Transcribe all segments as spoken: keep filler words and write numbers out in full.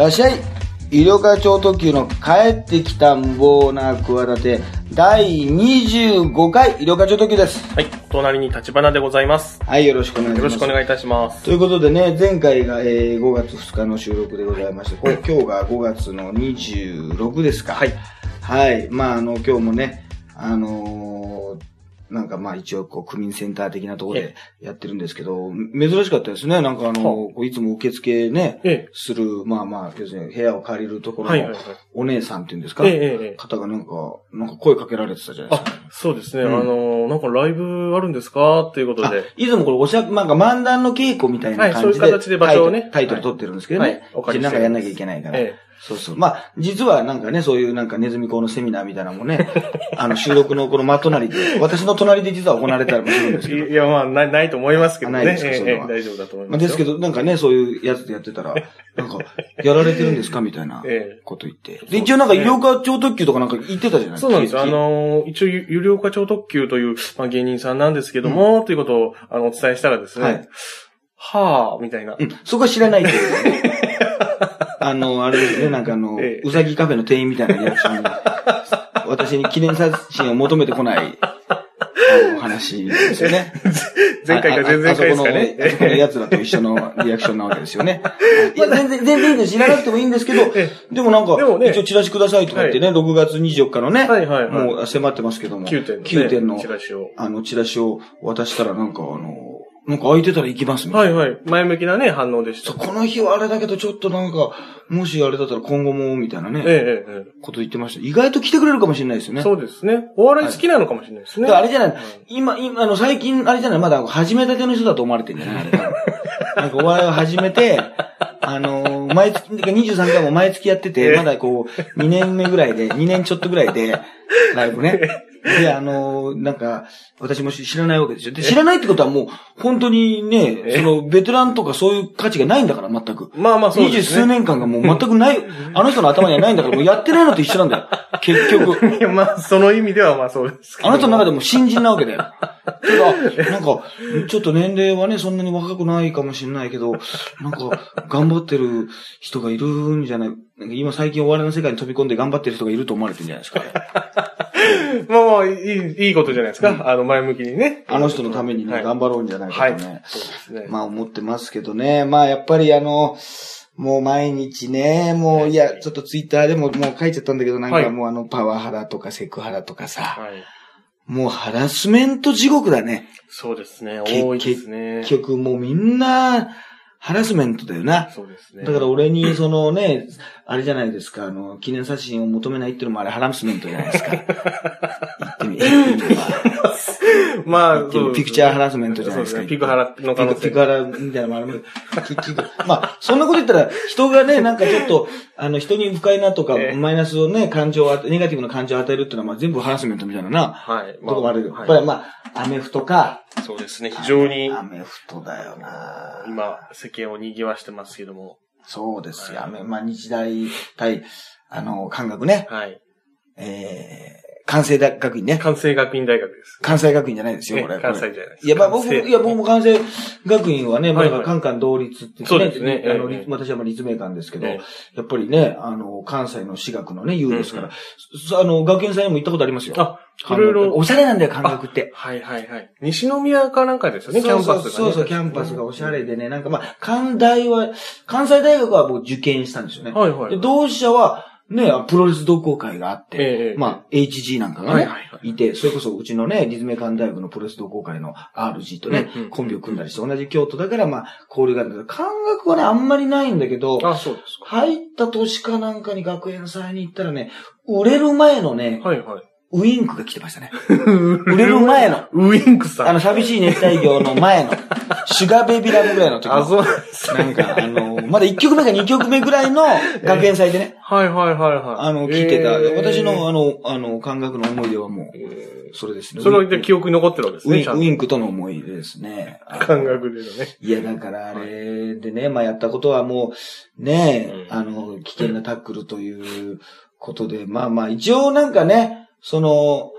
らっしゃい。医療科超特急の帰ってきた無謀な企てだいにじゅうごかい医療科超特急です。 はい、隣に立花でございます。 はい、よろしくお願いします。 よろしくお願いいたします。 ということでね、前回が、えー、ごがつふつかの収録でございまして、今日がごがつのにじゅうろくですか。 はい。 はい、まああの今日もね、あのー、なんかまあ一応こう区民センター的なところでやってるんですけど、珍しかったですね。なんかあの、いつも受付ね、する、まあまあ、要するに部屋を借りるところのお姉さんっていうんですか、方がなんか、なんか声かけられてたじゃないですか。 あ、そうですね。うん、あの、なんかライブあるんですかっていうことで。 いつもこれおしゃ、なんか漫談の稽古みたいな感じで、はい、そういう形で場所をね、 タイトル取ってるんですけどね。はい、なんかやんなきゃいけないから。ええそうそう。まあ、実はなんかね、そういうなんかネズミ講のセミナーみたいなのもね、あの収録のこの真隣で、私の隣で実は行われたりもするんですけど。 いや、まあ、ない、ないと思いますけどね。 ないですか、それは。 大丈夫だと思います。 まあ、ですけど、なんかね、そういうやつでやってたら、なんか、やられてるんですかみたいなこと言って。で、一応なんか医療科超特急とかなんか言ってたじゃないですか。 そうなんですよ。あの、一応医療科超特急という、まあ、芸人さんなんですけども、うん、ということを、あの、お伝えしたらですね。はい。はぁ、みたいな。 うん、そこは知らないけどね。あの、あれですね、なんかあの、ええ、うさぎカフェの店員みたいなリアクションで、私に記念写真を求めてこない、あの、話ですよね。 前回か前々回ですかね。 あそこの奴らと一緒のリアクションなわけですよね。いや、全然、全然いいんです。知らなくてもいいんですけど、でもなんか、ね、一応チラシくださいとか言ってね、はい、ろくがつにじゅうよっかのね、はいはいはい、もう迫ってますけども、 きゅうてんの、ね、 きゅうてんの、 チラシを。 あの、チラシを渡したらなんかあの、なんか空いてたら行きますみたいな。はいはい。前向きなね、反応でした。 この日はあれだけどちょっとなんか、もしあれだったら今後も、みたいなね。ええ、ええ。こと言ってました。意外と来てくれるかもしれないですよね。 そうですね。お笑い好きなのかもしれないですね。 はい、あれじゃない、はい、今、今、あの、最近、あれじゃないまだ始めたての人だと思われてるんじゃないあれなんかお笑いを始めて、あのー、毎月、にじゅうさんかいも毎月やってて、まだこう、にねんめぐらいで、にねんちょっとぐらいで、ライブね。で、あのー、なんか、私も知らないわけですよ。で、知らないってことはもう、本当にね、その、ベテランとかそういう価値がないんだから、全く。 まあまあそうですね。 二十数年間がもう全くない、あの人の頭にはないんだから、もうやってないのと一緒なんだよ。結局。 いや、まあ、その意味ではまあそうですけど。 あの人の中でも新人なわけだよ。けど、なんか、ちょっと年齢はね、そんなに若くないかもしれないけど、なんか、頑張ってる人がいるんじゃない、なんか今最近お笑いの世界に飛び込んで頑張ってる人がいると思われてるんじゃないですか。 まあまあ、いい、いいことじゃないですか。うん、あの、前向きにね。 あの人のためにね、はい、頑張ろうんじゃないかとね。はい、 そうですね。 まあ思ってますけどね。まあやっぱりあの、もう毎日ね、もう、いや、ちょっとツイッターでももう書いちゃったんだけど、なんかもうあの、パワハラとかセクハラとかさ。はい、もうハラスメント地獄だね。 そうですね。多いですね。 結局もうみんな、ハラスメントだよな。 そうですね。 だから俺に、そのね、あれじゃないですか、あの、記念写真を求めないっていうのもあれハラスメントじゃないですか。言ってみ、言ってみれば。 まあ、 ピクチャーハラスメントじゃないですか。 ピクハラの可能性。 ピクハラみたいなのもある。まあ、そんなこと言ったら、人がね、なんかちょっと、あの、人に不快なとか、マイナスをね、感情を、ネガティブな感情を与えるっていうのは、まあ全部ハラスメントみたいなな。はい。とこもあるよ。やっぱりまあ、アメフトか。 そうですね、非常に。 アメフトだよな。 今、世間を賑わしてますけども。 そうですよ。はい、まあ、日大対、あの、関学ね。 はい。 えー、関西学院ね。 関西学院大学です。 関西学院じゃないですよ、これ。 関西じゃないです。 いや、まあ僕、いや、僕も関西学院はね、まだ関関同率ってそうですね。 あの、私はまあ立命館ですけど、やっぱりね、あの、関西の私学のね、優ですから、あの、学園祭にも行ったことありますよ。 あ、いろいろ。 おしゃれなんだよ、関学って。 はいはいはい。西宮かなんかですよね、キャンパスが。 そうそう、キャンパスがおしゃれでね、なんかまあ、関大は、関西大学は僕受験したんですよね。はいはい。で、同志社は、ね、プロレス同好会があって、ええ、まあ、エイチジー なんかがね、はいはいはい、いて、それこそ、うちのね、立命館大学のプロレス同好会の アールジー とね、うんうん、コンビを組んだりして、同じ京都だから、まあ、交流があるんだけど、関学はね、あんまりないんだけど、 あ、そうですか。 入った年かなんかに学園祭に行ったらね、売れる前のね、はいはい。ウインクが来てましたね。売れる前の。 ウインクさん。 あの、寂しい熱帯魚の前の。シュガーベイビーラブぐらいの時の。 あ、そうですなんか、あの、まだいっきょくめかにきょくめぐらいの学園祭でね。 はいはいはいはい。 あの、来てた。私の、あの、あの、感覚の思い出はもう、それですね。 それで記憶に残ってるわけですね。 ウインクとの思い出ですね。 感覚でのね。 いや、だからあれでね、まあやったことはもう、ね、あの、危険なタックルということで、まあまあ、一応なんかね、その、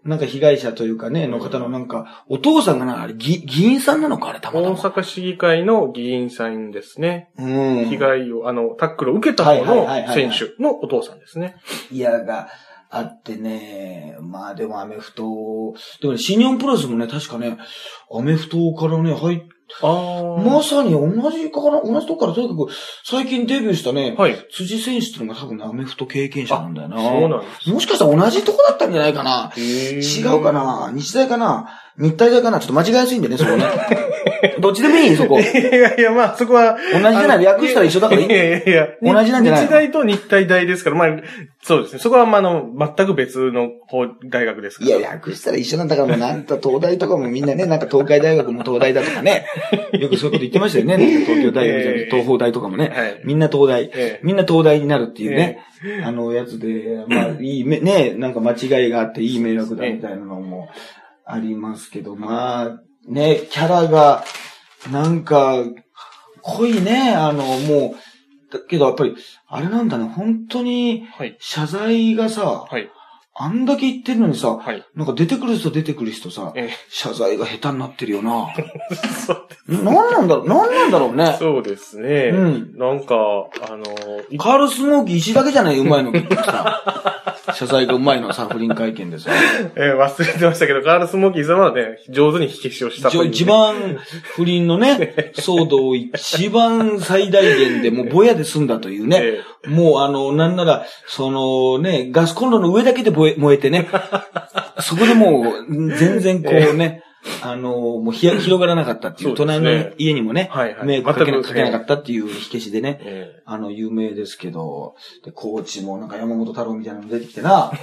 なんか被害者というかね、の方のなんか、お父さんがな、あれ、議議員さんなのかあれ、たまたま。 大阪市議会の議員さんですね。 うん。 被害を、あの、タックルを受けた方の選手のお父さんですね。 いやが、あってね、まあでもアメフト、でもね、新日本プロレスもね、確かね、アメフトからね、入って、あまさに同じかな、同じとこからとにかく、最近デビューしたね、はい、辻選手っていうのが多分ね、アメフト経験者なんだよな。 そうなんです。 もしかしたら同じとこだったんじゃないかな。違うかな、日大かな、日体大かな、ちょっと間違いやすいんでね、そこね。どっちでもいいそこ。 いやいや、まあ、そこは。 同じじゃない、略したら一緒だからいい。 いやいやいや、 同じなんじゃないの？ 日大と日体大ですから、まあ、そうですね。そこは、まあ、あの、全く別の大学ですから。 いや、略したら一緒なんだから、もうなんと東大とかもみんなね、なんか東海大学も東大だとかね。よくそういうこと言ってましたよね。東京大学じゃなくて東邦大とかもね。はい、みんな東大、えー。みんな東大になるっていうね。えー、あの、やつで、まあ、いいめ、ね、なんか間違いがあっていい迷惑だみたいなのもありますけど、まあ、ね、キャラが、なんか、濃いね、あの、もう、だけどやっぱり、あれなんだね、本当に、謝罪がさ、はい、あんだけ言ってるのにさ、はい、なんか出てくる人出てくる人さ、ええ、謝罪が下手になってるよな。そうです。何なんだろう、何なんだろうね。 そうですね。うん。なんか、あのー、カールスモーキー石だけじゃない、うまいのってさ。謝罪がうまいのはさ、不倫会見でさ。 えー、忘れてましたけど、カールスモーキーさんはね、上手に火消しをしたという、ね。 一番不倫のね、騒動を一番最大限でもうぼやで済んだというね。えー、もうあの、なんなら、そのね、ガスコンロの上だけで燃え、燃えてね。そこでもう、全然こうね、えー、あの、もうひや広がらなかったっていう、うね、隣の家にもね、はいはい、迷惑かけな、かけなかったっていう火消しでね、えー、あの、有名ですけど、で、コーチもなんか山本太郎みたいなの出てきてな。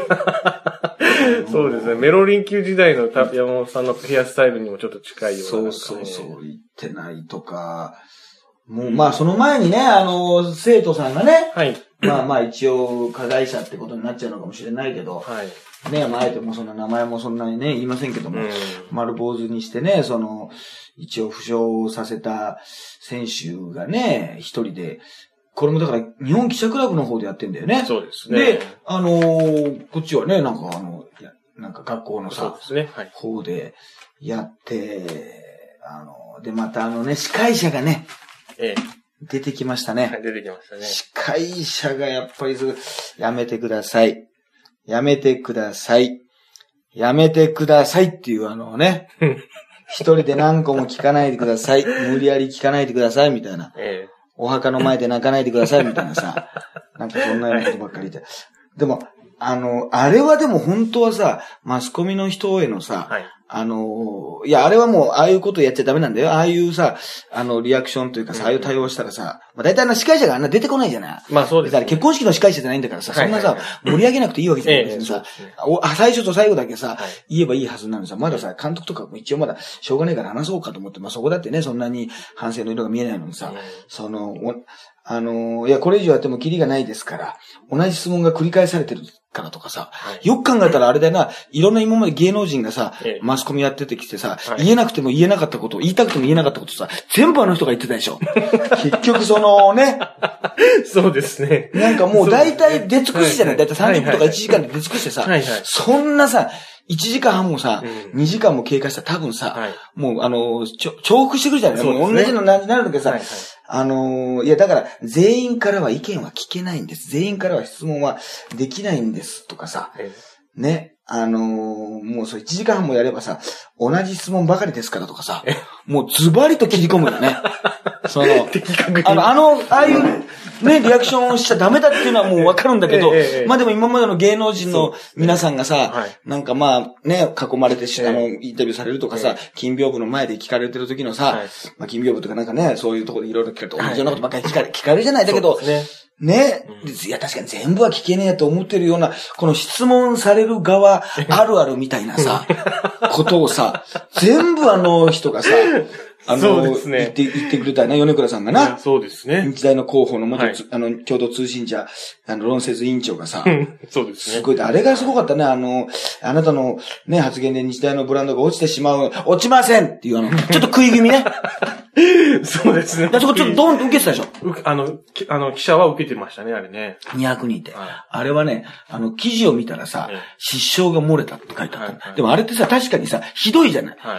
そうですね。メロリン級時代の山本さんのヘアスタイルにもちょっと近いような、ね。 そうそうそう、言ってないとか、もう、まあ、その前にね、あの、生徒さんがね、はい。まあまあ、一応、加害者ってことになっちゃうのかもしれないけど、はい。ね、まあ、あえてもそんな名前もそんなにね、言いませんけども、うん、丸坊主にしてね、その、一応負傷させた選手がね、一人で、これもだから、日本記者クラブの方でやってんだよね。 そうですね。 で、あのー、こっちはね、なんかあの、なんか学校のさ、 そうですね。はい。 方でやって、あの、で、またあのね、司会者がね、ええ。出てきましたね。 はい、出てきましたね。 司会者がやっぱりすぐ、やめてください。やめてください。やめてくださいっていうあのね、一人で何個も聞かないでください。無理やり聞かないでくださいみたいな。ええ。お墓の前で泣かないでくださいみたいなさ。なんかそんなようなことばっかり言って。でも、あの、あれはでも本当はさ、マスコミの人へのさ、はい、あの、いや、あれはもう、ああいうことやっちゃダメなんだよ。ああいうさ、あの、リアクションというかさ、ああいう対応したらさ、まあ、大体あの司会者があんな出てこないじゃない。 まあそうです、ね。 だから結婚式の司会者じゃないんだからさ、そんなさ、盛り上げなくていいわけじゃないですか。最初と最後だけさ、はい、言えばいいはずなのにさ、まださ、監督とかも一応まだしょうがないから話そうかと思って、まあそこだってね、そんなに反省の色が見えないのにさ、その、あの、いや、これ以上やってもキリがないですから、同じ質問が繰り返されてるからとかさ、はい、よく考えたらあれだよな、いろんな今まで芸能人がさ、ええ、マスコミやっててきてさ、はい、言えなくても言えなかったこと、言いたくても言えなかったことさ、全部あの人が言ってたでしょ。結局そのね、 そうですね。 なんかもう大体出尽くしじゃない、大体さんじゅっぷんとかいちじかんで出尽くしてさ、はいはい、そんなさ、いちじかんはんもさ、うん、にじかんも経過したら多分さ、はい、もうあの、ちょ、重複してくるじゃない、ね、もう同じの何になるんだけどさ、はいはい、あのー、いやだから全員からは意見は聞けないんです。全員からは質問はできないんですとかさ、はい、ね。あのー、もうそれいちじかんはんもやればさ、同じ質問ばかりですからとかさ、もうズバリと切り込むよね。その、あの、あの、ああいうね、リアクションをしちゃダメだっていうのはもうわかるんだけど、えええ、まあでも今までの芸能人の皆さんがさ、ねはい、なんかまあね、囲まれてし、あの、インタビューされるとかさ、金屏風の前で聞かれてる時のさ、はい、まあ金屏風とかなんかね、そういうところでいろいろ聞かれて、同じようなことばっかり聞かれ、聞かれるじゃないだけど、ね、うん、いや確かに全部は聞けねえと思ってるような、この質問される側あるあるみたいなさ、ことをさ、全部あの人がさ、あの、そうですね、言って、言ってくれたよな、米倉さんがな。 そうですね。 日大の広報の元、はい、あの、共同通信社、あの、論説委員長がさ、 そうですね。 すごい、あれがすごかったね、あの、あなたのね、発言で日大のブランドが落ちてしまう、落ちませんっていうあの、ちょっと食い気味ね。 そうですね。 だそこちょっとドーンと受けてたでしょ。 あの、あの、記者は受けてましたね、あれね。 にひゃくにんって。 はい、 あれはね、あの、記事を見たらさ、失笑が漏れたって書いてあった、はいはい。でもあれってさ、確かにさ、ひどいじゃない。はい、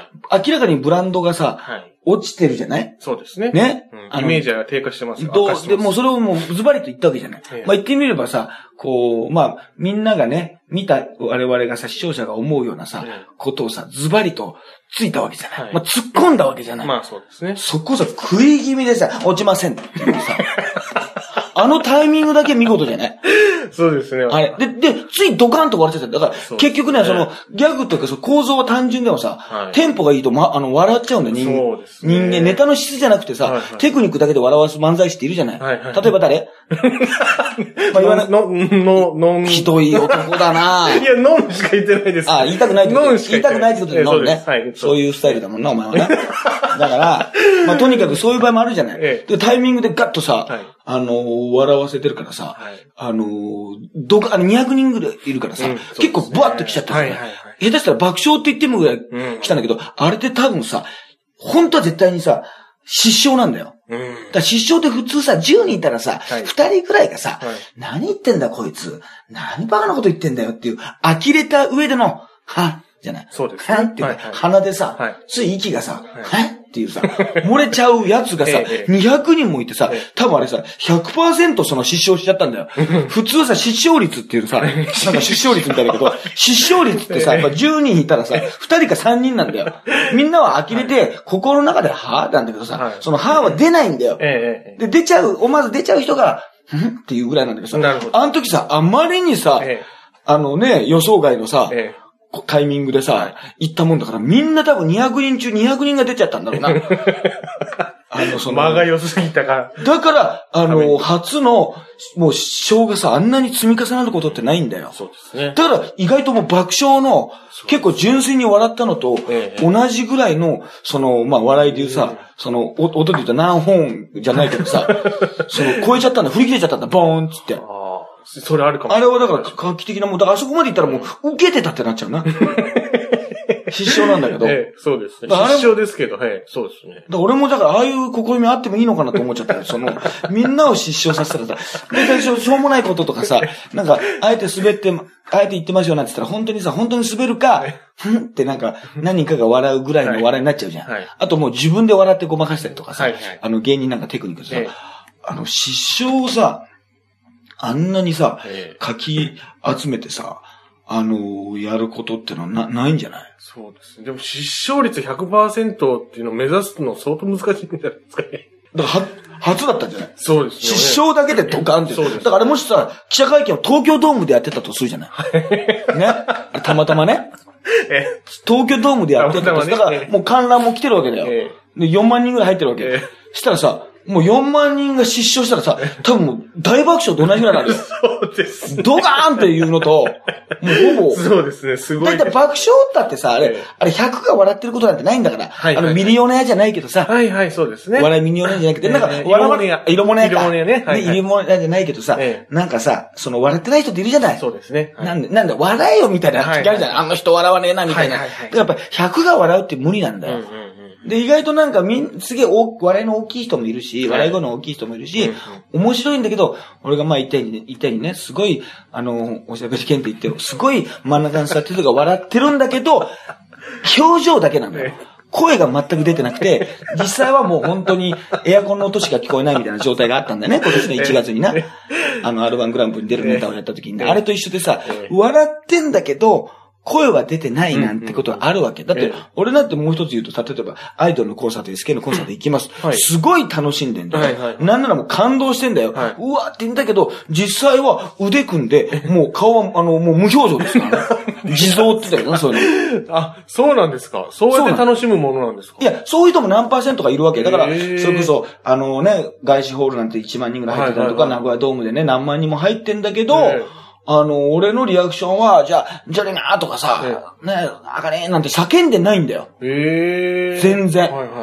明らかにブランドがさ、はい、落ちてるじゃない？ そうですね。 ね、 うん、イメージが低下してますよ。 どう、でもそれをもうズバリと言ったわけじゃない。ええ、まあ言ってみればさ、こう、まあ、みんながね、見た我々がさ、視聴者が思うようなさ、ええ、ことをさ、ズバリとついたわけじゃない。はい、まあ突っ込んだわけじゃない。 まあそうですね。 そこさ、食い気味でさ、落ちませんっていうさ、あのタイミングだけ見事じゃないそうですね。 あれ。で、で、ついドカンと笑っちゃった。だから、結局ね、その、ギャグというか、その構造は単純でもさ、はい、テンポがいいと、ま、あの、笑っちゃうんだよ、人間。そうですね。人間、ネタの質じゃなくてさ、はいはい、テクニックだけで笑わす漫才師っているじゃない。はいはい、例えば誰まあ、言わない。の、の、の、ひどい男だないや、ノンしか言ってないです。 あ、言いたくないってこと。 ノンしか言いたくないってことでノンね。はい。そういうスタイルだもんな、お前はね。だから、まあ、とにかくそういう場合もあるじゃない。ええ、で、タイミングでガッとさ、はい、あのー、笑わせてるからさ、はい、あのー、どか、あの、にひゃくにんぐらいいるからさ、うん、結構ブワッと来ちゃったから、ね、はいはいはい、下手したら爆笑って言ってもぐらい来たんだけど、うん、あれって多分さ、本当は絶対にさ、失笑なんだよ。うん、だから失笑って普通さ、じゅうにんいたらさ、はい、ふたりぐらいがさ、はい、何言ってんだこいつ、何バカなこと言ってんだよっていう、呆れた上での、はじゃない。 そうですね。 はっていう、はいはい、鼻でさ、はい、つい息がさ、はい、はっていうさ、漏れちゃうやつがさ、ええ、にひゃくにんもいてさ、ええ、多分あれさ、ひゃくパーセント その失笑しちゃったんだよ。普通さ、失笑率っていうさ、なんか失笑率みたいだけど、失笑率ってさ、やっぱじゅうにんいたらさ、ふたりかさんにんなんだよ。みんなは呆れて、はい、心の中ではぁなんだけどさ、はい、そのはぁは出ないんだよ。ええ、で、出ちゃう、思わず出ちゃう人が、んっていうぐらいなんだけどさ、なるほど。あの時さ、あまりにさ、ええ、あのね、予想外のさ、ええタイミングでさ、はい、行ったもんだから、みんな多分にひゃくにん中にひゃくにんが出ちゃったんだろうな。あの、その。 間が良すぎたから。だから、あの、初の、もう、師匠がさ、あんなに積み重なることってないんだよ。 そうですね。 だから、意外ともう爆笑の、結構純粋に笑ったのと、同じぐらいの、その、まあ、笑いで言うさ、ええ、その、音で言うと何本じゃないけどさ、その、超えちゃったんだ、振り切れちゃったんだ、ボーンっつって。 それあるかもしれない。あれはだから画期的なもん。だからあそこまで行ったらもう、受けてたってなっちゃうな。失笑なんだけど。 ええ、そうですね。失笑ですけど、はい、そうですね。だから俺もだから、ああいう試みあってもいいのかなと思っちゃったよ。その、みんなを失笑させたらさ、大体しょうもないこととかさ、なんか、あえて滑って、あえて言ってますよなんて言ったら、本当にさ、本当に滑るか、ふんってなんか、何人かが笑うぐらいの笑いになっちゃうじゃん。はい、あともう自分で笑ってごまかしたりとかさ、はいはい、あの芸人なんかテクニックでさ、ええ、あの、失笑をさ、あんなにさ、かき集めてさ、あのー、やることってのはな、ないんじゃない？ そうですね。でも失笑率 ひゃくパーセント っていうのを目指すの相当難しいんじゃないですかね。 だから、は、初だったんじゃない？ そうですね。 失笑だけでドカンって。そうです。だからあれもしさ、記者会見を東京ドームでやってたとするじゃない？ね。たまたまね。え東京ドームでやってたとする。だから、もう観覧も来てるわけだよ。えで、よんまんにんぐらい入ってるわけ。えしたらさ、もうよんまんにんが失笑したらさ、多分もう大爆笑と同じぐらいになるよ。 そうですね。 ドカーンっていうのと、もうほぼ。 そうですね、すごい。 だいたい爆笑だってさ、あれ、あれひゃくが笑ってることなんてないんだから。はい、はい。あの、ミリオネアじゃないけどさ。 はいはい、そうですね。 笑いミリオネアじゃなくて、なんか、笑わねえ。色物屋か。 色物屋ね。はい。 色物屋じゃないけどさ、なんかさ、その笑ってない人っているじゃない。 そうですね。 なんで、なんで、笑えよみたいな時あるじゃない。あの人笑わねえな、みたいな。はいはいはい。やっぱひゃくが笑うって無理なんだよ。で、意外となんかみん、すげえ笑いの大きい人もいるし、笑い声の大きい人もいるし、面白いんだけど、俺がまあ言ったように、言ったようにね、すごい、あの、おしゃべり検定言って、すごい真ん中に座ってる人が笑ってるんだけど、表情だけなんだよ。声が全く出てなくて、実際はもう本当にエアコンの音しか聞こえないみたいな状態があったんだよね、今年のいちがつにな。あの、アールワン グランプリに出るネタをやった時にね、あれと一緒でさ、笑ってんだけど、声は出てないなんてことはあるわけ。だって、俺なんてもう一つ言うと、例えば、アイドルのコンサート、エスケー のコンサート行きます。はい、すごい楽しんでんだよ。はいはい、なんならもう感動してんだよ。はい、うわーって言うんだけど、実際は腕組んで、もう顔は、あの、もう無表情ですからね。地蔵って言ったよな、そういうの。あ、そうなんですか。そうやって楽しむものなんですか。 いや、そういう人も何パーセントかいるわけ。だから、それこそ、あのね、外資ホールなんていちまんにんぐらい入ってたりとか、名古屋ドームでね、何万人も入ってんだけど、あの、俺のリアクションは、じゃあ、じゃねがーとかさ、ね、あかねーなんて叫んでないんだよ。 へー。 全然。 はいはいはい。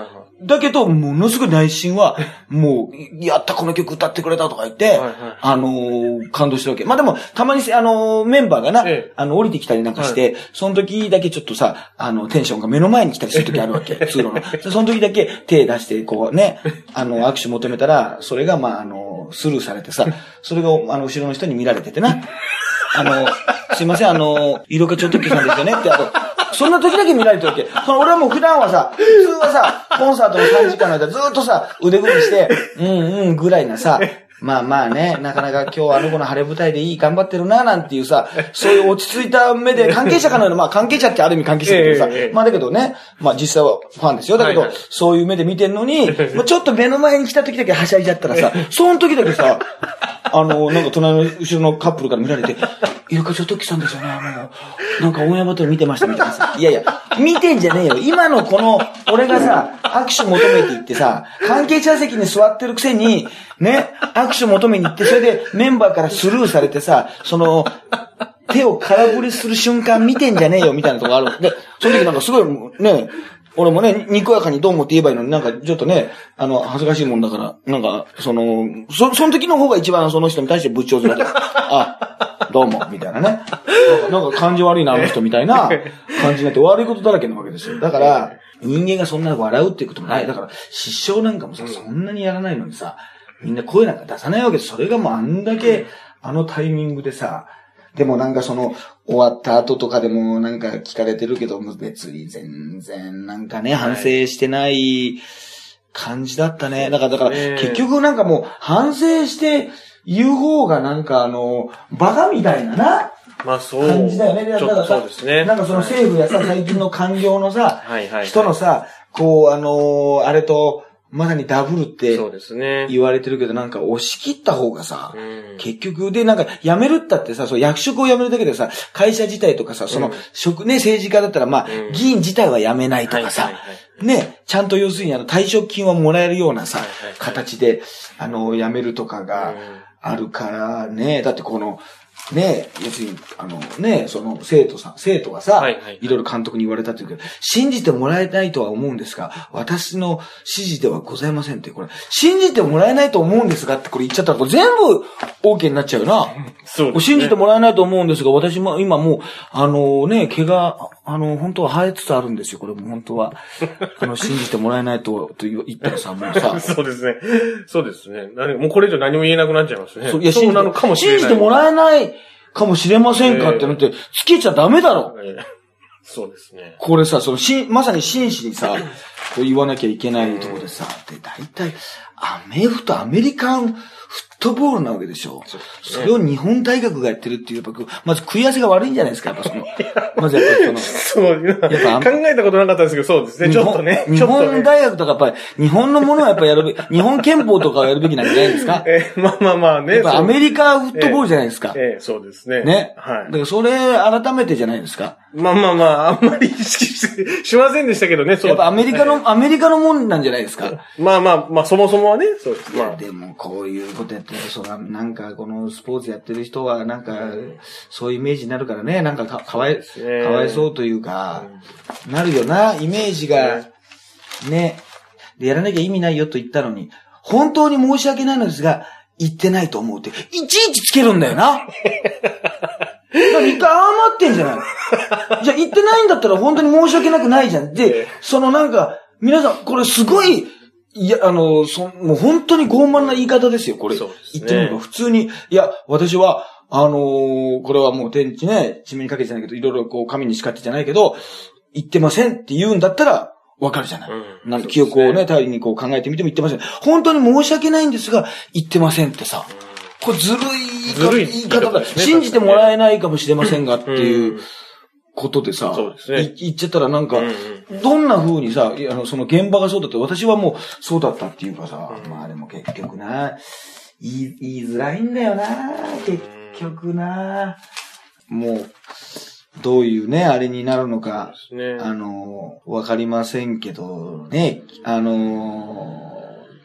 だけど、ものすごい内心は、もう、やった、この曲歌ってくれたとか言って、はいはい、あのー、感動してるわけ。まあでも、たまに、あのー、メンバーがな、ええ、あの、降りてきたりなんかして、はい、その時だけちょっとさ、あの、テンションが目の前に来たりする時あるわけ、通路の。その時だけ手出して、こうね、あの、握手求めたら、それが、まあ、あの、スルーされてさ、それが、あの、後ろの人に見られててな。あの、すいません、あの、色気超特急さんですよねって、あと、そんな時だけ見られてるわけ。その俺はもう普段はさ、普通はさ、コンサートのさんじかんの間ずーっとさ、腕組みして、うんうんぐらいなさ、まあまあね、なかなか今日あの子の晴れ舞台でいい、頑張ってるな、なんていうさ、そういう落ち着いた目で、関係者かのような、まあ関係者ってある意味関係者だけどさ、えーえー、まあだけどね、まあ実際はファンですよ。だけど、はいはい、そういう目で見てんのに、まあ、ちょっと目の前に来た時だけはしゃいじゃったらさ、その時だけさ、あの、なんか隣の後ろのカップルから見られて、イルカちょっときさんですよね、あの、なんかオンエアバトル見てましたみたいなさ。いやいや、見てんじゃねえよ。今のこの、俺がさ、握手求めていってさ、関係者席に座ってるくせに、ね、握手求めに行って、それでメンバーからスルーされてさ、その、手を空振りする瞬間見てんじゃねえよみたいなとこある。で、その時なんかすごい、ね、俺もね、にこやかにどうもって言えばいいのになんかちょっとね、あの、恥ずかしいもんだから、なんか、その、そ、その時の方が一番その人に対してぶっちょうずだった。あ、どうも、みたいなね。なんか、なんか感じ悪いな、あの人みたいな感じになって悪いことだらけなわけですよ。だから、人間がそんな笑うっていうこともない。だから、失笑なんかもさ、そんなにやらないのにさ、みんな声なんか出さないわけです。それがもうあんだけ、あのタイミングでさ、でもなんかその、終わった後とかでもなんか聞かれてるけど、別に全然なんかね、反省してない感じだったね。だから、だから、結局なんかもう反省して言う方がなんかあの、バカみたいなな。まあそう。感じだよね。だからさ、そうですね。なんかその政府やさ、最近の官僚のさ、はいはい、人のさ、こうあのー、あれと、まさにダブルって言われてるけど、なんか押し切った方がさ、結局でなんか辞めるったってさ、そう役職を辞めるだけでさ、会社自体とかさ、その職ね、政治家だったらまあ、議員自体は辞めないとかさ、ね、ちゃんと要するにあの退職金はもらえるようなさ、形で、あの、辞めるとかがあるからね、だってこの、ねえ、要するに、あのね、その生徒さん、生徒がさ、はいはいはい、いろいろ監督に言われたというけど、信じてもらえないとは思うんですが、私の指示ではございませんって、これ、信じてもらえないと思うんですがってこれ言っちゃったら、これ全部 OK になっちゃうよな。そうですね。信じてもらえないと思うんですが、私も今もう、あのね、毛が、あの、本当は生えつつあるんですよ、これも本当は。あの、信じてもらえないと、と言ったらさ、もうさ。 そうですね。そうですね。もうこれ以上何も言えなくなっちゃいますね。そう、いや、 そうなのかもしれない。信じてもらえないかもしれませんかってなって、つけちゃダメだろ。 えー、そうですね。 これさ、そのし、まさに真摯にさ、こう言わなきゃいけないところでさ、で、大体、アメフト、アメリカンフットボールなわけでしょ。そ, ね、それを日本大学がやってるっていう、やっぱ、まず食い合わせが悪いんじゃないですか、やっぱその。まずやっぱりその。 そう、やっぱ考えたことなかったんですけど、そうですね、ちょっとね。 日本大学とかやっぱり、日本のものはやっぱやるべき、日本憲法とかをやるべきなんじゃないですか。 えー、まあまあまあね。 やっぱアメリカフットボールじゃないですか。 えー、えー、そうですね。 ね。はい。だからそれ改めてじゃないですか。 まあまあまあ、あんまり意識し、しませんでしたけどね、そう。 やっぱアメリカの、はい、アメリカのもんなんじゃないですか。 まあまあまあ、そもそもはね、そうです。 まあ。でも、こういうことやってると、そら、なんか、このスポーツやってる人は、なんか、そういうイメージになるからね、なんかか、かわい、かわいそうというか、うん、なるよな、イメージが、ね。で、やらなきゃ意味ないよと言ったのに、本当に申し訳ないのですが、言ってないと思うって、いちいちつけるんだよな。一回謝ってんじゃないじゃあ言ってないんだったら本当に申し訳なくないじゃん。で、そのなんか、皆さん、これすごい、いや、あの、そ、もう本当に傲慢な言い方ですよ、これ。そうですね。言ってみれば普通に、いや、私は、あのー、これはもう天地ね、地面にかけてじゃないけど、いろいろこう、神に叱ってじゃないけど、言ってませんって言うんだったら、わかるじゃない。うん、なんか記憶をね、頼りにこう考えてみても言ってません。本当に申し訳ないんですが、言ってませんってさ、これずるい言い方だ。信じてもらえないかもしれませんがっていうことでさ、そうですね、言っちゃったらなんか、どんな風にさ、あの、その現場がそうだって、私はもうそうだったっていうかさ、まあでも結局な、言い、言いづらいんだよな、結局な、もう、どういうね、あれになるのか、ね、あの、わかりませんけど、ね、あの、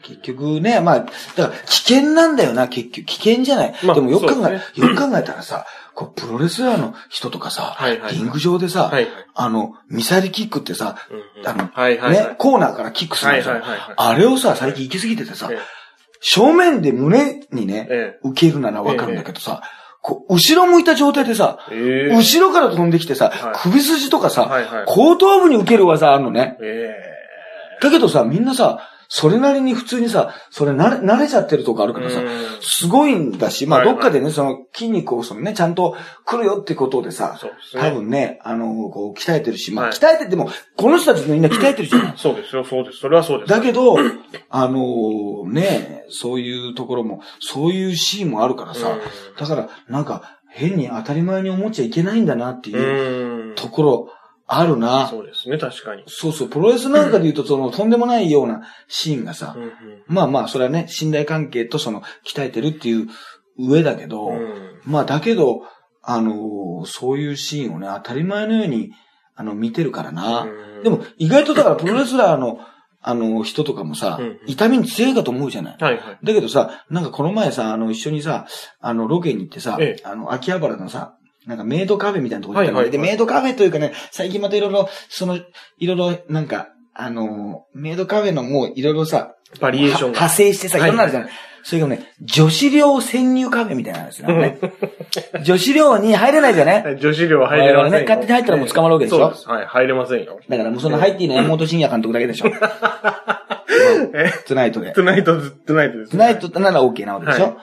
結局ね、まあ、だから危険なんだよな、結局。危険じゃない。まあ、でもよく考え、ね、よく考えたらさ、こう、プロレスラーの人とかさ、はいはいはい、リング上でさ、はいはい、あの、ミサイルキックってさ、うんうん、あの、はいはいはい、ね、コーナーからキックするんじゃん、はいはいはいはい。あれをさ、最近行き過ぎててさ、はい、正面で胸にね、ええ、受けるならわかるんだけどさ、ええこう後ろ向いた状態でさ、えー、後ろから飛んできてさ、はい、首筋とかさ、はいはい、後頭部に受ける技あるのね。えー、だけどさ、みんなさ、それなりに普通にさ、それ慣れ、慣れちゃってるとこあるからさ、すごいんだし、まあどっかでね、その筋肉をそのね、ちゃんと来るよってことでさ、そうですね、多分ね、あの、こう鍛えてるし、まあ鍛えてても、この人たちみんな鍛えてるじゃん。 そうですよ、そうです。それはそうです。 だけど、あの、ね、そういうところも、そういうシーンもあるからさ、だからなんか変に当たり前に思っちゃいけないんだなっていうところ、あるな。 そうですね、確かに。 そうそう、プロレスなんかで言うと、その、とんでもないようなシーンがさ、うんうん、まあまあ、それはね、信頼関係とその、鍛えてるっていう上だけど、うん、まあ、だけど、あの、そういうシーンをね、当たり前のように、あの、見てるからな。うん、でも、意外とだから、プロレスラーの、あの、人とかもさ、うんうん、痛みに強いかと思うじゃない。はいはい。だけどさ、なんかこの前さ、あの、一緒にさ、あの、ロケに行ってさ、ええ、あの、秋葉原のさ、なんかメイドカフェみたいなとこ行ったので、はいはいはい、で、メイドカフェというかね、最近またいろいろ、その、いろいろ、なんか、あの、メイドカフェのもういろいろさ、 バリエーションが。 派生してさ、いろんなあるじゃない。はい、それがね、女子寮潜入カフェみたいなんですよね。女子寮に入れないじゃね。 女子寮は入れませんよ。ね、 勝手に入ったらもう捕まるわけでしょ。 そうです。はい、入れませんよ。 だからもうその入っていいのは山本慎也監督だけでしょ。トゥナイトで。 トゥナイト、トゥナイトです、ね。 トゥナイトなら OK なわけでしょ、はい、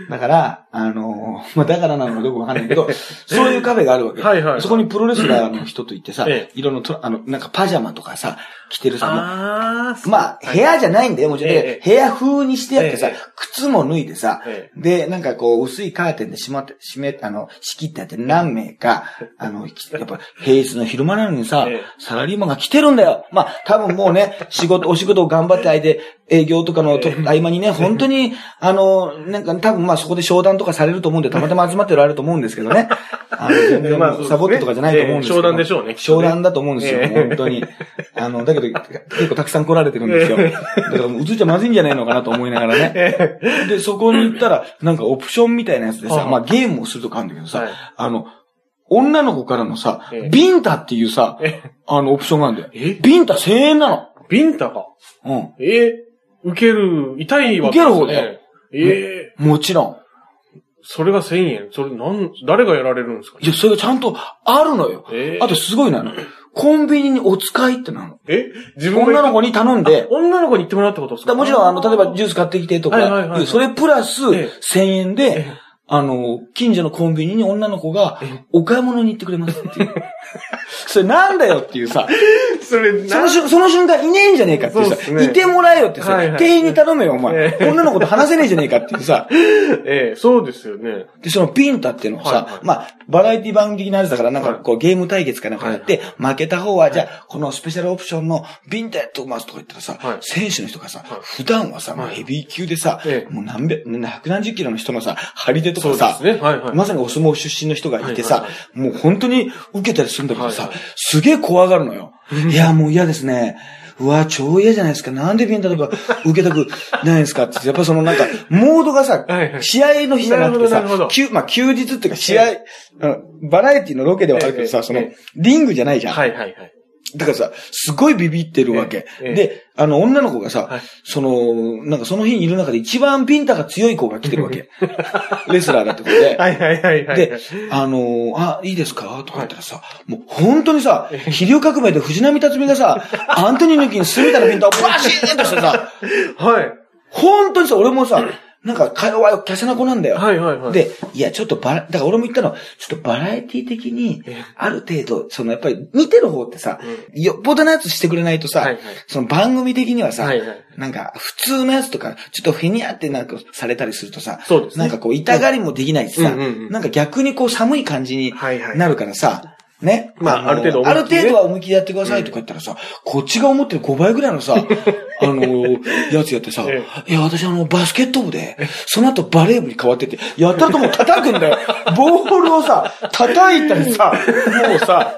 だから、あのー、まあ、だからなのかよくわかんないけど、そういうカフェがあるわけ。はいはいはい、そこにプロレスラーの人と行ってさ、ええ、いろんなと、あの、なんかパジャマとかさ、着てるさ、あまあ、部屋じゃないんだよ、もちろん。ええ、部屋風にしてやってさ、え、靴も脱いでさ、え、で、なんかこう、薄いカーテンで閉まって、閉め、あの、仕切ってやって何名か、あの、やっぱ平日の昼間なのにさ、サラリーマンが来てるんだよ。まあ、多分もうね、仕事、お仕事を頑張って相手、営業とかのと合間にね、本当に、あの、なんか多分まあそこで商談とかされると思うんで、たまたま集まっておられると思うんですけどね。あの、全然サボってとかじゃないと思うんですけど。 商談でしょうね。 商談だと思うんですよ、本当に。あの、だけど、結構たくさん来られてるんですよ。だからもう映っちゃまずいんじゃないのかなと思いながらね。で、そこに行ったら、なんかオプションみたいなやつでさ、まあゲームをするとかあるんだけどさ、あの、女の子からのさ、ビンタっていうさ、あの、オプションがあるんだよ。えビンタせんえんなの。 ビンタか。 うん。 え受ける、痛いわけですね。受ける方だよ。 ええー。 もちろん。 それがせんえん。それ、なん、誰がやられるんですか？ いや、それがちゃんとあるのよ。えー、あとすごいなの。コンビニにお使いってなの。 え自分女の子に頼んで。 女の子に言ってもらったことですか？ もちろん、あの、例えばジュース買ってきてとか、はいはいはいはい、それプラスせんえんで、えー、あの、近所のコンビニに女の子がお買い物に行ってくれますっていう。それなんだよっていうさ、 それその瞬その瞬間いねえんじゃねえかっていうさ、ね、いてもらえよってさ、はいはい、店員に頼めよお前、えー、女の子と話せねえじゃねえかっていうさ、 ええ、そうですよね。 で、そのピンタっていうのをさ、はいはい、まあ、バラエティ番組的なやつだからなんかこうゲーム対決かなんかやって、はい、負けた方は、じゃあ、このスペシャルオプションのビンタやってますとか言ったらさ、はい、選手の人がさ、はい、普段はさ、まあ、ヘビー級でさ、はい、もう何百、百何十キロの人のさ、張り手とかさ、ねはいはい、まさにお相撲出身の人がいてさ、はいはいはい、もう本当に受けたりするんだけどさ、はいはい、すげえ怖がるのよ。いや、もう嫌ですね。うわ、超嫌じゃないですか。なんでビンタとか受けたくないですかって。やっぱそのなんか、モードがさ、はいはい、試合の日じゃなくてさ、休まあ、休日っていうか試合、ええ、バラエティのロケではあるけどさ、ええ、その、リングじゃないじゃん。はいはいはい。だからさ、すごいビビってるわけ。ええ、で、あの、女の子がさ、はい、その、なんかその日にいる中で一番ピンタが強い子が来てるわけ。レスラーだってことで。 はいはいはいはい。 で、あの、あ、いいですかとか言ったらさ、はい、もう本当にさ、飛龍革命で藤波辰巳がさ、アントニー抜きにするみたいなピンタをバシーンとしてさ、 はい。 本当にさ、俺もさ、なんか、会話は華奢な子なんだよ。 はいはいはい。 で、いや、ちょっとバラ、だから俺も言ったの、ちょっとバラエティ的に、ある程度、そのやっぱり見てる方ってさ、うん、よっぽどなやつしてくれないとさ、はいはい、その番組的にはさ、はいはい、なんか普通のやつとか、ちょっとフェニアってなんかされたりするとさ、そうですね、なんかこう痛がりもできないしさ、うんうんうん、なんか逆にこう寒い感じになるからさ、はいはいね。 まあ、ある程度、 ね、ある程度は思い切りやってくださいとか言ったらさ、うん、こっちが思ってるごばいぐらいのさ、あのー、やつやってさ、ええ、いや、私あの、バスケット部で、その後バレー部に変わってて、やったとも叩くんだよ。ボールをさ、叩いたりさ、もうさ、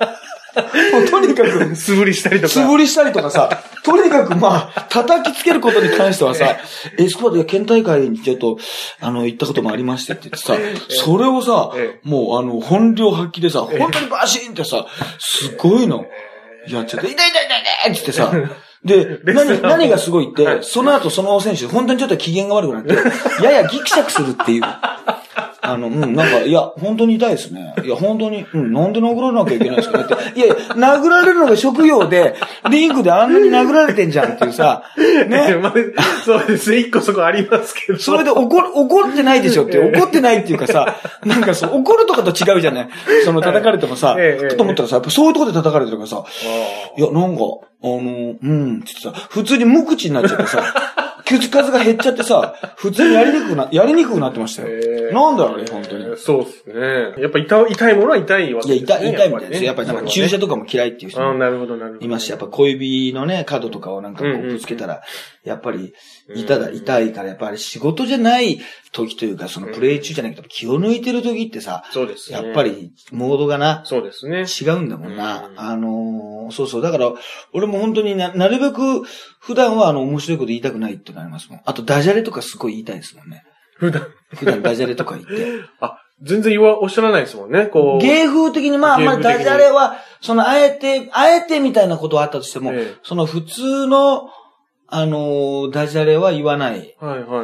もうとにかく、 素振りしたりとか。 素振りしたりとかさ、とにかくまあ、叩きつけることに関してはさ、エスコバで県大会にちょっと、あの、行ったこともありましてって言ってさ、それをさ、もうあの、本領発揮でさ、本当にバシーンってさ、すごいの、やっちゃって、痛い痛い痛い痛いって言ってさ、で、何、何がすごいって、その後その選手、本当にちょっと機嫌が悪くなって、ややギクシャクするっていう。あの、うん、なんか、いや、本当に痛いですね。いや、本当に、うん、なんで殴られなきゃいけないんですかねって。いやいや、殴られるのが職業で、リンクであんなに殴られてんじゃんっていうさ、ね。 まあ、そうですね、一個そこありますけど。 それで怒る、怒ってないでしょって、怒ってないっていうかさ、なんかそう、怒るとかと違うじゃない。その叩かれてもさ、かと思ったらさ、やっぱそういうところで叩かれてるからさ、いや、なんか、あの、うん、って言ってさ、普通に無口になっちゃってさ、口数が減っちゃってさ、普通にやりにくくな、やりにくくなってましたよ。なんだろうね、本当に。 そうですね。やっぱ痛い、痛いものは痛いわけですね。 いや、痛い、痛いみたいですよ。やっぱりなんか注射とかも嫌いっていう人も。あ、なるほど、なるほど。 いますし、やっぱ小指のね、角とかをなんかこうぶつけたら、やっぱり、痛だ、痛いから、やっぱり仕事じゃない時というか、そのプレイ中じゃなくて、気を抜いてる時ってさ、 そうですね。 やっぱり、モードがな、 そうですね。 違うんだもんな。あの、そうそう。だから、俺も本当にな、なるべく、普段はあの、面白いこと言いたくないってなりますもん。あと、ダジャレとかすごい言いたいですもんね。 普段普段ダジャレとか言って。 あ、全然言わ、おっしゃらないですもんね、こう。 芸風的に、まあ、あんまりダジャレは、その、あえて、あえてみたいなことはあったとしても、ええ、その普通の、あの、ダジャレは言わない。 はいはいはい。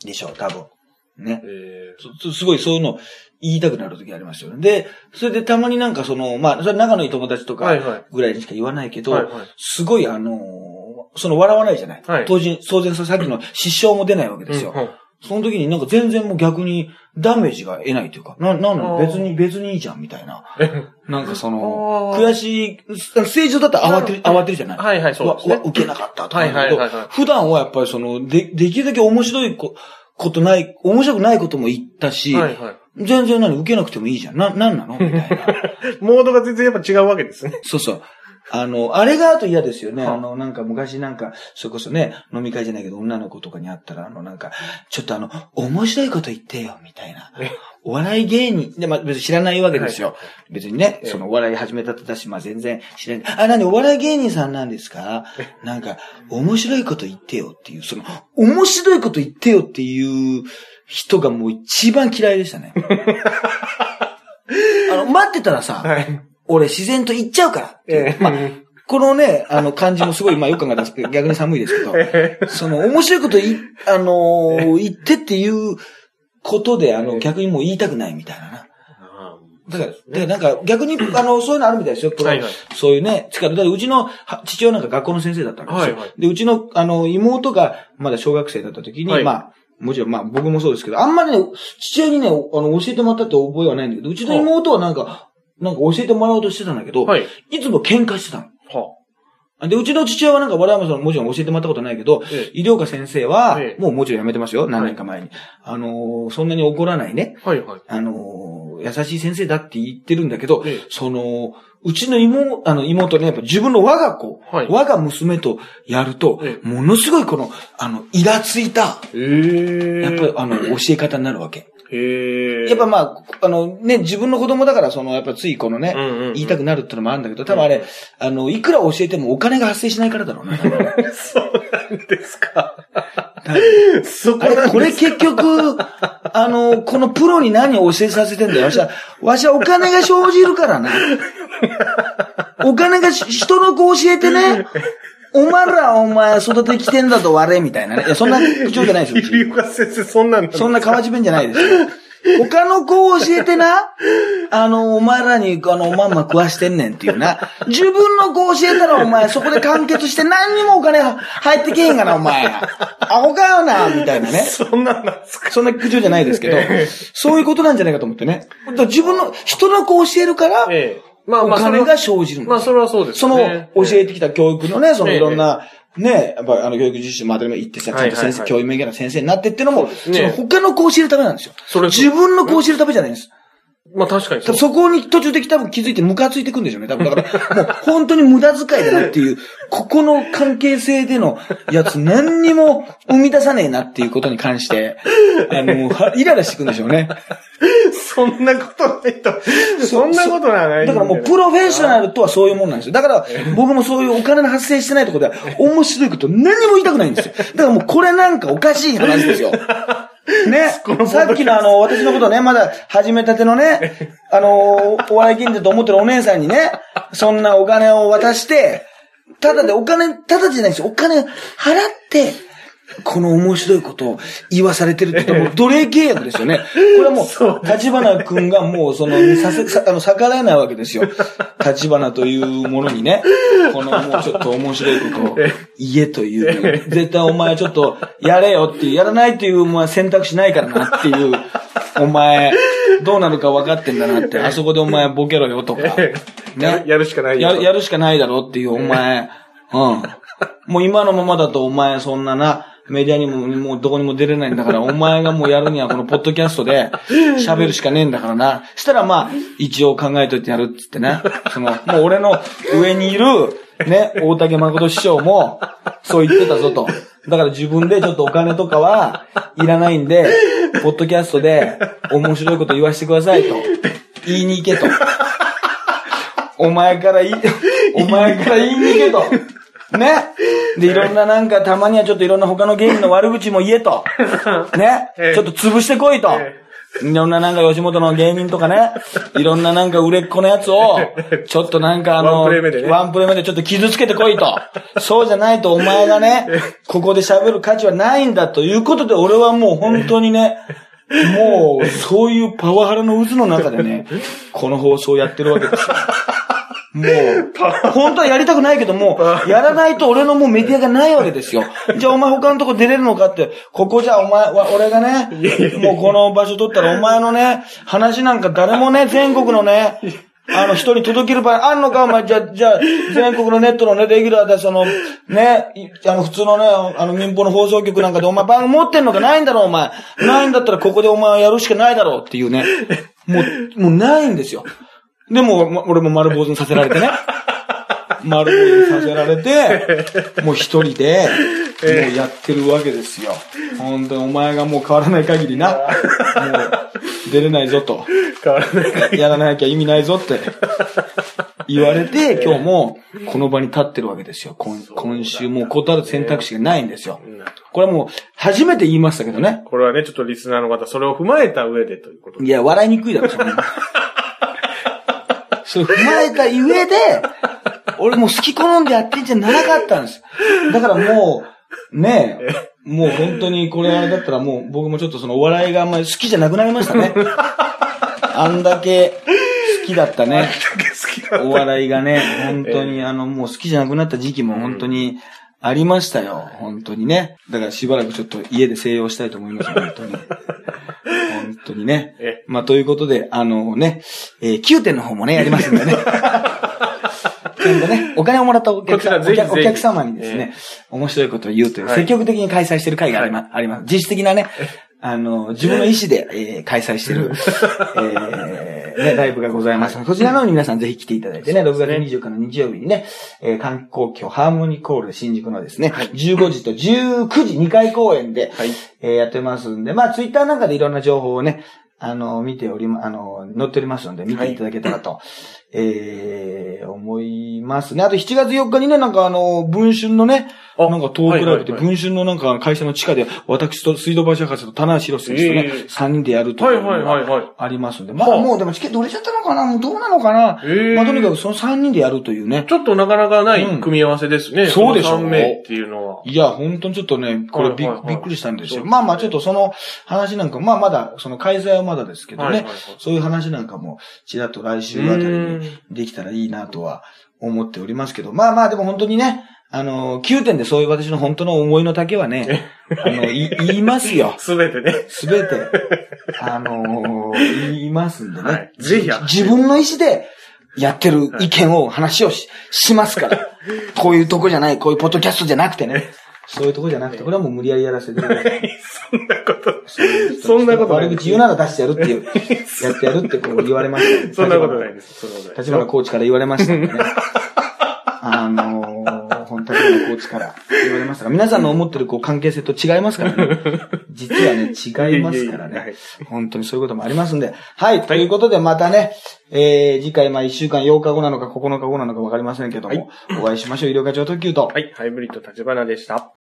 でしょう、多分。ね。 えー、すごいそういうの言いたくなる時ありますよね。で、それでたまになんかその、まあ、それ仲のいい友達とかぐらいにしか言わないけど、はいはい、すごいあの、その笑わないじゃない。はい、当時、当然さっきの失笑も出ないわけですよ。うんはい、その時になんか全然もう逆にダメージが得ないというか、な、なんなの別に、別にいいじゃんみたいな。なんかその、悔しい、正常だったら慌てる、慌てるじゃない。 はいはい、そうですね。 受けなかったとか。はいはいはい、はい。普段はやっぱりその、で、できるだけ面白いこ、ことない、面白くないことも言ったし、はいはい、全然何受けなくてもいいじゃん。な、なんなのみたいな。 モードが全然やっぱ違うわけですね。 そうそう。あの、あれがあと嫌ですよね。あの、なんか昔なんか、それこそね、飲み会じゃないけど女の子とかに会ったら、あのなんか、ちょっとあの、面白いこと言ってよ、みたいな。お笑い芸人、で、まあ別に知らないわけですよ。はい、別にね、そのお笑い始めたってだし、まあ全然知らない。あ、なんでお笑い芸人さんなんですか？なんか、面白いこと言ってよっていう、その、面白いこと言ってよっていう人がもう一番嫌いでしたね。あの、待ってたらさ、はい俺自然と言っちゃうから。ええ、まあ、このね、あの感じもすごい、まあよく考えたんですけど、逆に寒いですけど、ええ、その面白いこと言、あのー、言ってっていうことで、あの、逆にもう言いたくないみたいなな。だから、で、なんか逆に、あの、そういうのあるみたいですよ。はいはい、そういうね、力。だからうちの父親なんか学校の先生だったんですよ。はいはい、で、うちの、あの、妹がまだ小学生だった時に、はい、まあ、もちろん、まあ僕もそうですけど、あんまりね、父親にね、あの、教えてもらったって覚えはないんだけど、うちの妹はなんか、なんか教えてもらおうとしてたんだけど、はい、いつも喧嘩してたの。はあ、で、うちの父親はなんか、我々ももちろん教えてもらったことないけど、ええ、医療科先生は、ええ、もうもちろん辞めてますよ、何年か前に。はい、あのー、そんなに怒らないね。はいはい、あのー、優しい先生だって言ってるんだけど、ええ、その、うちの妹、あの妹ね、やっぱ自分の我が子、はい、我が娘とやると、ええ、ものすごいこの、あの、イラついた、えー、やっぱりあの、教え方になるわけ。へやっぱまあ、あのね、自分の子供だから、その、やっぱついこのね、うんうんうん、言いたくなるってのもあるんだけど、多分あれ、あの、いくら教えてもお金が発生しないからだろうな。 そうなんですか。 そこなんですか。これ結局、あの、このプロに何を教えさせてんだよ。わしは、わしはお金が生じるからな。お金が人の子教えてね、お前らお前育てきてんだと悪いみたいなね。いや、そんな口調じゃないですよ。 ゆりおか先生、そんなんそんな河内弁じゃないですよ。他の子を教えてな、あの、お前らに、あの、おまんま食わしてんねんっていうな。自分の子を教えたらお前、そこで完結して何にもお金入ってけへんがな、お前。アホかよな、みたいなね。 そんなんなんですか。 そんな口調じゃないですけど、そういうことなんじゃないかと思ってね。自分の、人の子を教えるから、ええまあまあ、お金が生じるんです。 まあ、それはそうですね。 その、教えてきた教育のね、そのいろんな、ね、やっぱあの、教育実習までも行ってさ、ちゃんと先生、教員免許の先生になってってのも、その他の子を教えるためなんですよ。それ自分の子を教えるためじゃないんです。 まあ確かにそう。 そこに途中的多分気づいてムカついてくんでしょうね。多分だから、もう本当に無駄遣いだなっていう、ここの関係性でのやつ何にも生み出さねえなっていうことに関して、あの、イライラしてくんでしょうね。 そんなことないと。そんなことはない。 だからもうプロフェッショナルとはそういうもんなんですよ。だから僕もそういうお金の発生してないところでは面白いこと何も言いたくないんですよ。だからもうこれなんかおかしい話ですよ。ね。さっきのあの、私のことね、まだ始めたてのね、あの、お笑い芸人だと思ってるお姉さんにね、そんなお金を渡して、ただでお金、ただじゃないですよ。お金払って、この面白いことを言わされてるって言ったらもう奴隷契約ですよね。これはもう、立花くんがもうその、させ、さ、あの、逆らえないわけですよ。立花というものにね、このもうちょっと面白いことを言えという。絶対お前ちょっとやれよっていう、やらないというお前選択肢ないからなっていう、お前、どうなるか分かってんだなって、あそこでお前ボケろよとか。 ね。やるしかないよ。や、やるしかないだろっていう、お前、うん。もう今のままだとお前そんなな、メディアにも、もうどこにも出れないんだから、お前がもうやるにはこのポッドキャストで喋るしかねえんだからな。したらまあ、一応考えといてやるっつってね。その、もう俺の上にいる、ね、大竹誠師匠も、そう言ってたぞと。だから自分でちょっとお金とかはいらないんで、ポッドキャストで面白いこと言わせてくださいと。言いに行けと。お前から言い、お前から言いに行けと。ね。で、いろんななんか、たまにはちょっといろんな他の芸人の悪口も言えと。ね。ちょっと潰してこいと。いろんななんか吉本の芸人とかね。いろんななんか売れっ子のやつを、ちょっとなんかあの、ワンプレイ目でね。ワンプレイ目でちょっと傷つけてこいと。そうじゃないとお前がね、ここで喋る価値はないんだということで、俺はもう本当にね、もう、そういうパワハラの渦の中でね、この放送をやってるわけですよ。もう、本当はやりたくないけども、やらないと俺のもうメディアがないわけですよ。じゃあお前他のとこ出れるのかって、ここじゃお前、俺がね、もうこの場所取ったらお前のね、話なんか誰もね、全国のね、あの人に届ける場合あんのかお前、じゃあ、じゃあ、全国のネットのね、レギュラーでその、ね、あの普通のね、あの民放の放送局なんかでお前番組持ってんのかないんだろお前。ないんだったらここでお前やるしかないだろうっていうね。もう、もうないんですよ。でも、俺も丸坊主にさせられてね。丸坊主にさせられて、もう一人で、もうやってるわけですよ。本当にお前がもう変わらない限りな。もう、出れないぞと。 変わらない限り。 やらなきゃ意味ないぞって言われて、今日もこの場に立ってるわけですよ。今, 今週もう断る選択肢がないんですよ。これはもう、初めて言いましたけどね。 これはね、ちょっとリスナーの方、それを踏まえた上でということで。 いや、笑いにくいだろ、そんな。それ踏まえた上で、俺もう好き好んでやってんじゃなかったんです。だからもう、ねえ、もう本当にこれあれだったらもう僕もちょっとそのお笑いがあんまり好きじゃなくなりましたね。あんだけ好きだったね。お笑いがね、本当にあのもう好きじゃなくなった時期も本当にありましたよ。本当にね。だからしばらくちょっと家で静養したいと思います。本当に。本当にね。まあ、ということで、あのね、えー、きゅうてんの方もね、やりますんでね。今度ね、お金をもらったお客さん、お客、お客様にですね、えー、面白いことを言うという、積極的に開催している会があります。はい、あります。実質的なね、あの、自分の意思で、えー、開催している、えー、ね、ライブがございます。こちらの方に皆さんぜひ来ていただいてね、ろくがつにじゅうよっかの日曜日にね、えー、観光協ハーモニーコール新宿のですね、はい、じゅうごじとじゅうくじにかい公演で、はい、えー、やってますんで、まあ、ツイッターなんかでいろんな情報をね、あの、見ておりま、あの、載っておりますので、見ていただけたらと、はい、えー、思いますね。あとしちがつよっかにね、なんかあの、文春のね、なんかトークライブで、文春のなんか会社の地下で、私と水道橋博士と棚橋宏選手とね、さんにんでやるというのがありますんで、まあもうでもチケット売れちゃったのかなもうどうなのかな、まあとにかくそのさんにんでやるというね。 ちょっとなかなかない組み合わせですね。うん、そうでしょう。さんめいっていうのは。 いや、本当にちょっとね、これびっくりしたんですよ。まあまあちょっとその話なんか、まあまだ、その開催はまだですけどね、そういう話なんかも、ちらっと来週あたりにできたらいいなとは思っておりますけど、まあまあでも本当にね、あの、きゅうてんでそういう私の本当の思いの丈はね、あの、い言いますよ。 すべてね。 すべて。あの、言いますんでね。はい、 ぜひ自分の意思でやってる意見を話を し, しますから。こういうとこじゃない、こういうポッドキャストじゃなくてね。そういうとこじゃなくて、これはもう無理やりやらせてください。 そんなこと。そんなこと悪口言うなら出してやるっていう、やってやるってこう言われました、ね。 そんなことないです。 立花コーチから言われましたんでね。あのー、本立花コーチから言われましたが、皆さんの思ってるこう関係性と違いますからね。実はね、違いますからね。本当にそういうこともありますんで。はい、ということでまたね、えー、次回まあいっしゅうかんようかごなのかここのかごなのかわかりませんけども、はい、お会いしましょう。医療課長特急と。 はい、ハイブリッド立花でした。